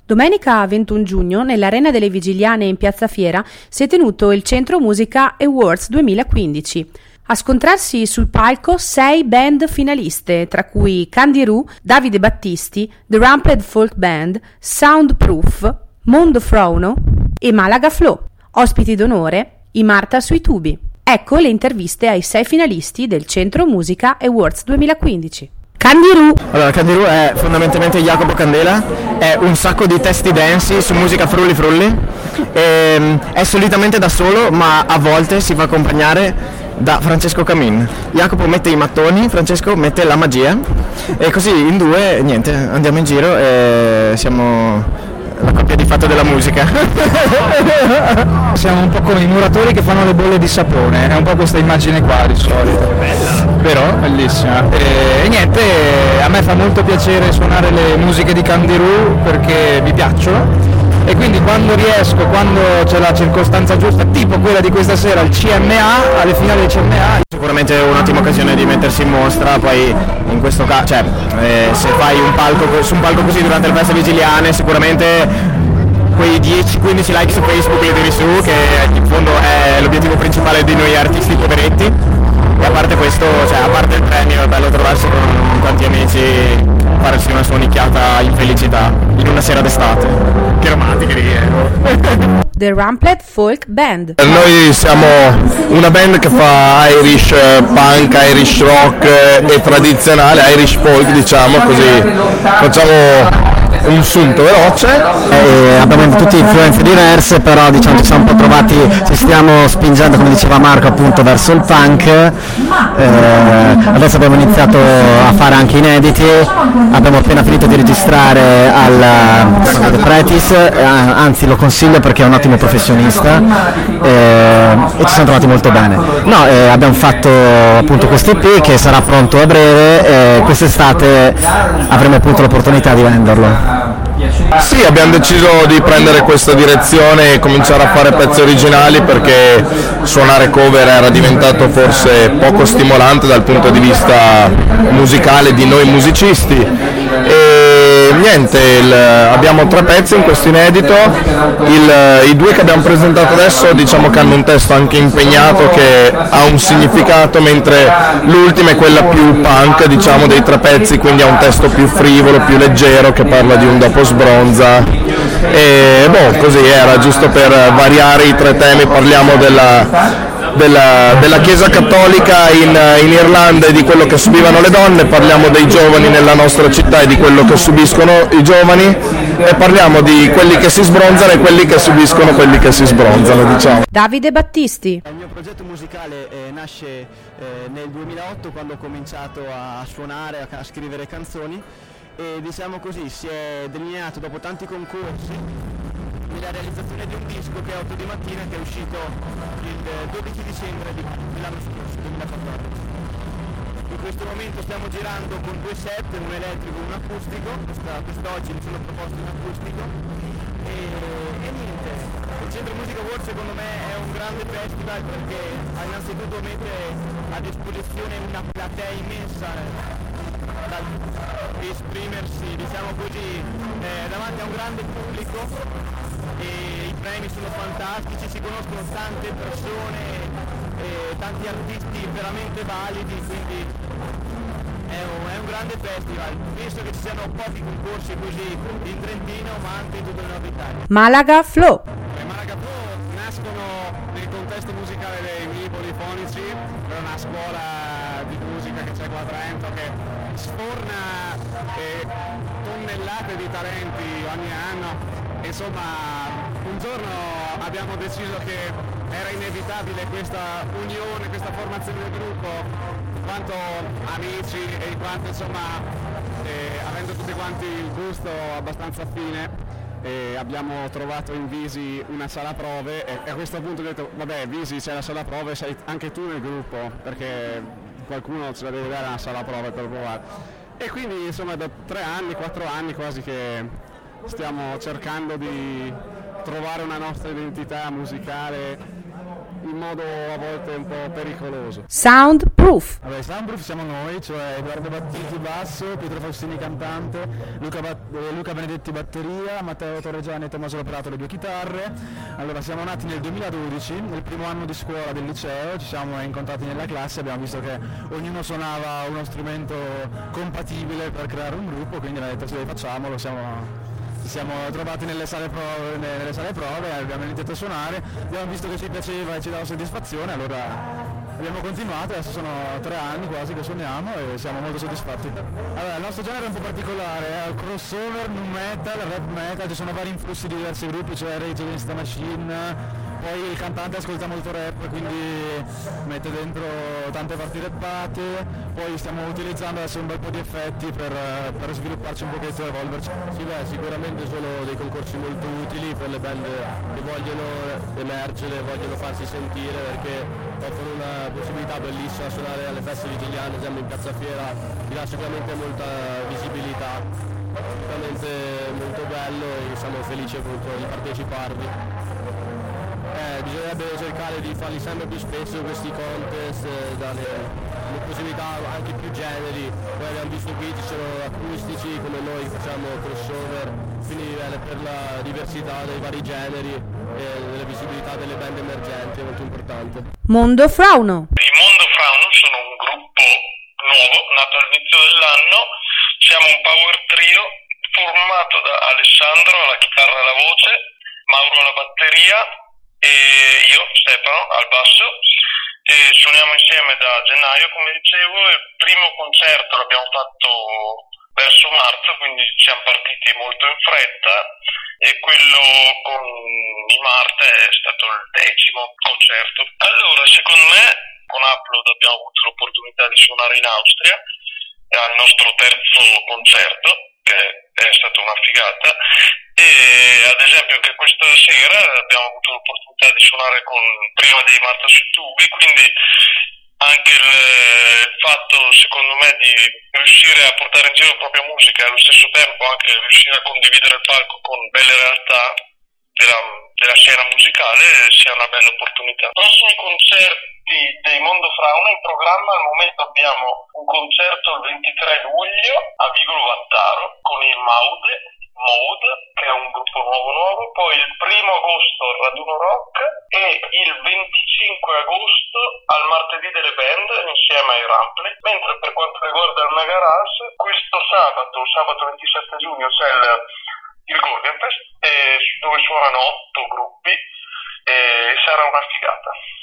Domenica 21 giugno, nell'Arena delle Vigiliane in Piazza Fiera, si è tenuto il Centro Musica Awards 2015. A scontrarsi sul palco 6 band finaliste, tra cui Candy Roo, Davide Battisti, The Ramped Folk Band, Soundproof, Mondo Frauno e Malaga Flow. Ospiti d'onore, i Marta sui tubi. Ecco le interviste ai 6 finalisti del Centro Musica Awards 2015. Candy Roo. Allora, Candy Roo è fondamentalmente Jacopo Candela, è un sacco di testi dancy su musica frulli frulli, è solitamente da solo, ma a volte si fa accompagnare da Francesco Camin. Jacopo mette i mattoni, Francesco mette la magia e così in due, niente, andiamo in giro e siamo la coppia di fatto della musica. Siamo un po' come i muratori che fanno le bolle di sapone, è un po' questa immagine qua di solito. Bella. Però, bellissima. E niente, a me fa molto piacere suonare le musiche di Candy Roo perché mi piacciono. E quindi quando riesco, quando c'è la circostanza giusta, tipo quella di questa sera, il CMA, alle finali del CMA. Sicuramente è un'ottima occasione di mettersi in mostra, poi in questo caso, se fai un palco su un palco così durante le feste vigiliane, sicuramente quei 10-15 like su Facebook li tiri su, che in fondo è l'obiettivo principale di noi artisti poveretti. E a parte questo, a parte il premio, è bello trovarsi con tanti amici, farsi una suonicchiata in felicità in una sera d'estate. Che romantica di The Ramped Folk Band. Noi siamo una band che fa Irish punk, Irish rock e tradizionale, Irish folk, diciamo così, facciamo un sunto veloce. Abbiamo tutte influenze diverse, però diciamo ci siamo un po' trovati, ci stiamo spingendo, come diceva Marco, appunto verso il punk. Adesso abbiamo iniziato a fare anche inediti, abbiamo appena finito di registrare al Pretis, anzi lo consiglio perché è un ottimo professionista e ci siamo trovati molto bene. Abbiamo fatto appunto questo EP che sarà pronto a breve e quest'estate avremo appunto l'opportunità di venderlo. Sì, abbiamo deciso di prendere questa direzione e cominciare a fare pezzi originali perché suonare cover era diventato forse poco stimolante dal punto di vista musicale di noi musicisti. E niente, abbiamo 3 pezzi in questo inedito, i 2 che abbiamo presentato adesso diciamo che hanno un testo anche impegnato che ha un significato, mentre l'ultima è quella più punk diciamo dei 3 pezzi, quindi ha un testo più frivolo, più leggero, che parla di un dopo sbronza e così era giusto per variare i 3 temi. Parliamo della Chiesa Cattolica in Irlanda e di quello che subivano le donne, parliamo dei giovani nella nostra città e di quello che subiscono i giovani e parliamo di quelli che si sbronzano e quelli che subiscono quelli che si sbronzano, diciamo. Davide Battisti. Il mio progetto musicale nasce nel 2008 quando ho cominciato a suonare, a scrivere canzoni e diciamo così si è delineato dopo tanti concorsi nella realizzazione di un disco che è 8 di mattina, che è uscito il 12 dicembre dell'anno scorso, 2014. In questo momento stiamo girando con 2 set, un elettrico e un acustico, quest'oggi mi sono proposto un acustico e niente, il Centro Musica Awards secondo me è un grande festival perché innanzitutto mette a disposizione una platea immensa di esprimersi, diciamo così, davanti a un grande pubblico e i premi sono fantastici, si conoscono tante persone, tanti artisti veramente validi, quindi è un grande festival. Penso che ci siano pochi concorsi così in Trentino, ma anche in tutta il Nord Italia. Malaga Flow. Malaga Flow nascono nel contesto musicale dei Mini Polifonici, è una scuola di musica che c'è qua a Trento che sforna tonnellate di talenti ogni anno. Insomma, un giorno abbiamo deciso che era inevitabile questa unione, questa formazione del gruppo, in quanto amici e in quanto insomma avendo tutti quanti il gusto abbastanza affine. E abbiamo trovato in Visi una sala prove e a questo punto ho detto vabbè, Visi c'è la sala prove, sei anche tu nel gruppo, perché qualcuno ce la deve dare una sala prove per provare. E quindi insomma da 3 anni, 4 anni quasi che stiamo cercando di trovare una nostra identità musicale in modo a volte un po' pericoloso. Soundproof. Vabbè, Soundproof siamo noi, cioè Edoardo Battiti basso, Pietro Faustini cantante, Luca Benedetti batteria, Matteo Torregiani e Tommaso Loperato le 2 chitarre. Allora siamo nati nel 2012, nel primo anno di scuola del liceo, ci siamo incontrati nella classe, abbiamo visto che ognuno suonava uno strumento compatibile per creare un gruppo, quindi abbiamo detto se facciamolo, ci siamo trovati nelle sale prove, abbiamo iniziato a suonare, abbiamo visto che ci piaceva e ci dava soddisfazione, allora abbiamo continuato, adesso sono 3 anni quasi che suoniamo e siamo molto soddisfatti. Allora, il nostro genere è un po' particolare, è crossover, nu metal, rap metal, ci sono vari influssi di diversi gruppi, cioè Rage Against the Machine, poi il cantante ascolta molto rap, quindi mette dentro tante parti rappate, poi stiamo utilizzando adesso un bel po' di effetti per svilupparci un pochetto e evolverci. Sì, beh, sicuramente sono dei concorsi molto utili per le band che vogliono emergere, vogliono farsi sentire, perché offrono una possibilità bellissima a suonare alle feste vigiliane, ad esempio in Piazza Fiera, ti dà sicuramente molta visibilità, sicuramente molto bello e siamo felici appunto di parteciparvi. Bisognerebbe cercare di farli sempre più spesso questi contest, dare le possibilità anche più generi. Poi abbiamo visto qui ci sono acustici come noi facciamo crossover, quindi per la diversità dei vari generi e della visibilità delle band emergenti è molto importante. Mondo Frauno. I Mondo Frauno sono un gruppo nuovo, nato all'inizio dell'anno, siamo un power trio formato da Alessandro alla chitarra e alla voce, Mauro alla batteria e io, Stefano, al basso. E suoniamo insieme da gennaio, come dicevo, il primo concerto l'abbiamo fatto verso marzo, quindi siamo partiti molto in fretta e quello con i Marte è stato il 10° concerto. Allora, secondo me con Upload abbiamo avuto l'opportunità di suonare in Austria, al nostro terzo concerto, che è stata una figata, e ad esempio anche questa sera abbiamo avuto l'opportunità di suonare con prima dei Marta sui tubi, quindi anche il fatto secondo me di riuscire a portare in giro la propria musica e allo stesso tempo anche riuscire a condividere il palco con belle realtà della scena musicale sia una bella opportunità. Prossimi concerti dei Mondo Frauna in programma, al momento abbiamo un concerto il 23 luglio a Vigolo Vattaro con il Mode, che è un gruppo nuovo, poi il 1° agosto al Raduno Rock e il 25 agosto al Martedì delle Band insieme ai Rampli, mentre per quanto riguarda il Mega Rush, questo sabato 27 giugno c'è il Golden Fest dove suonano 8 gruppi e sarà una figata.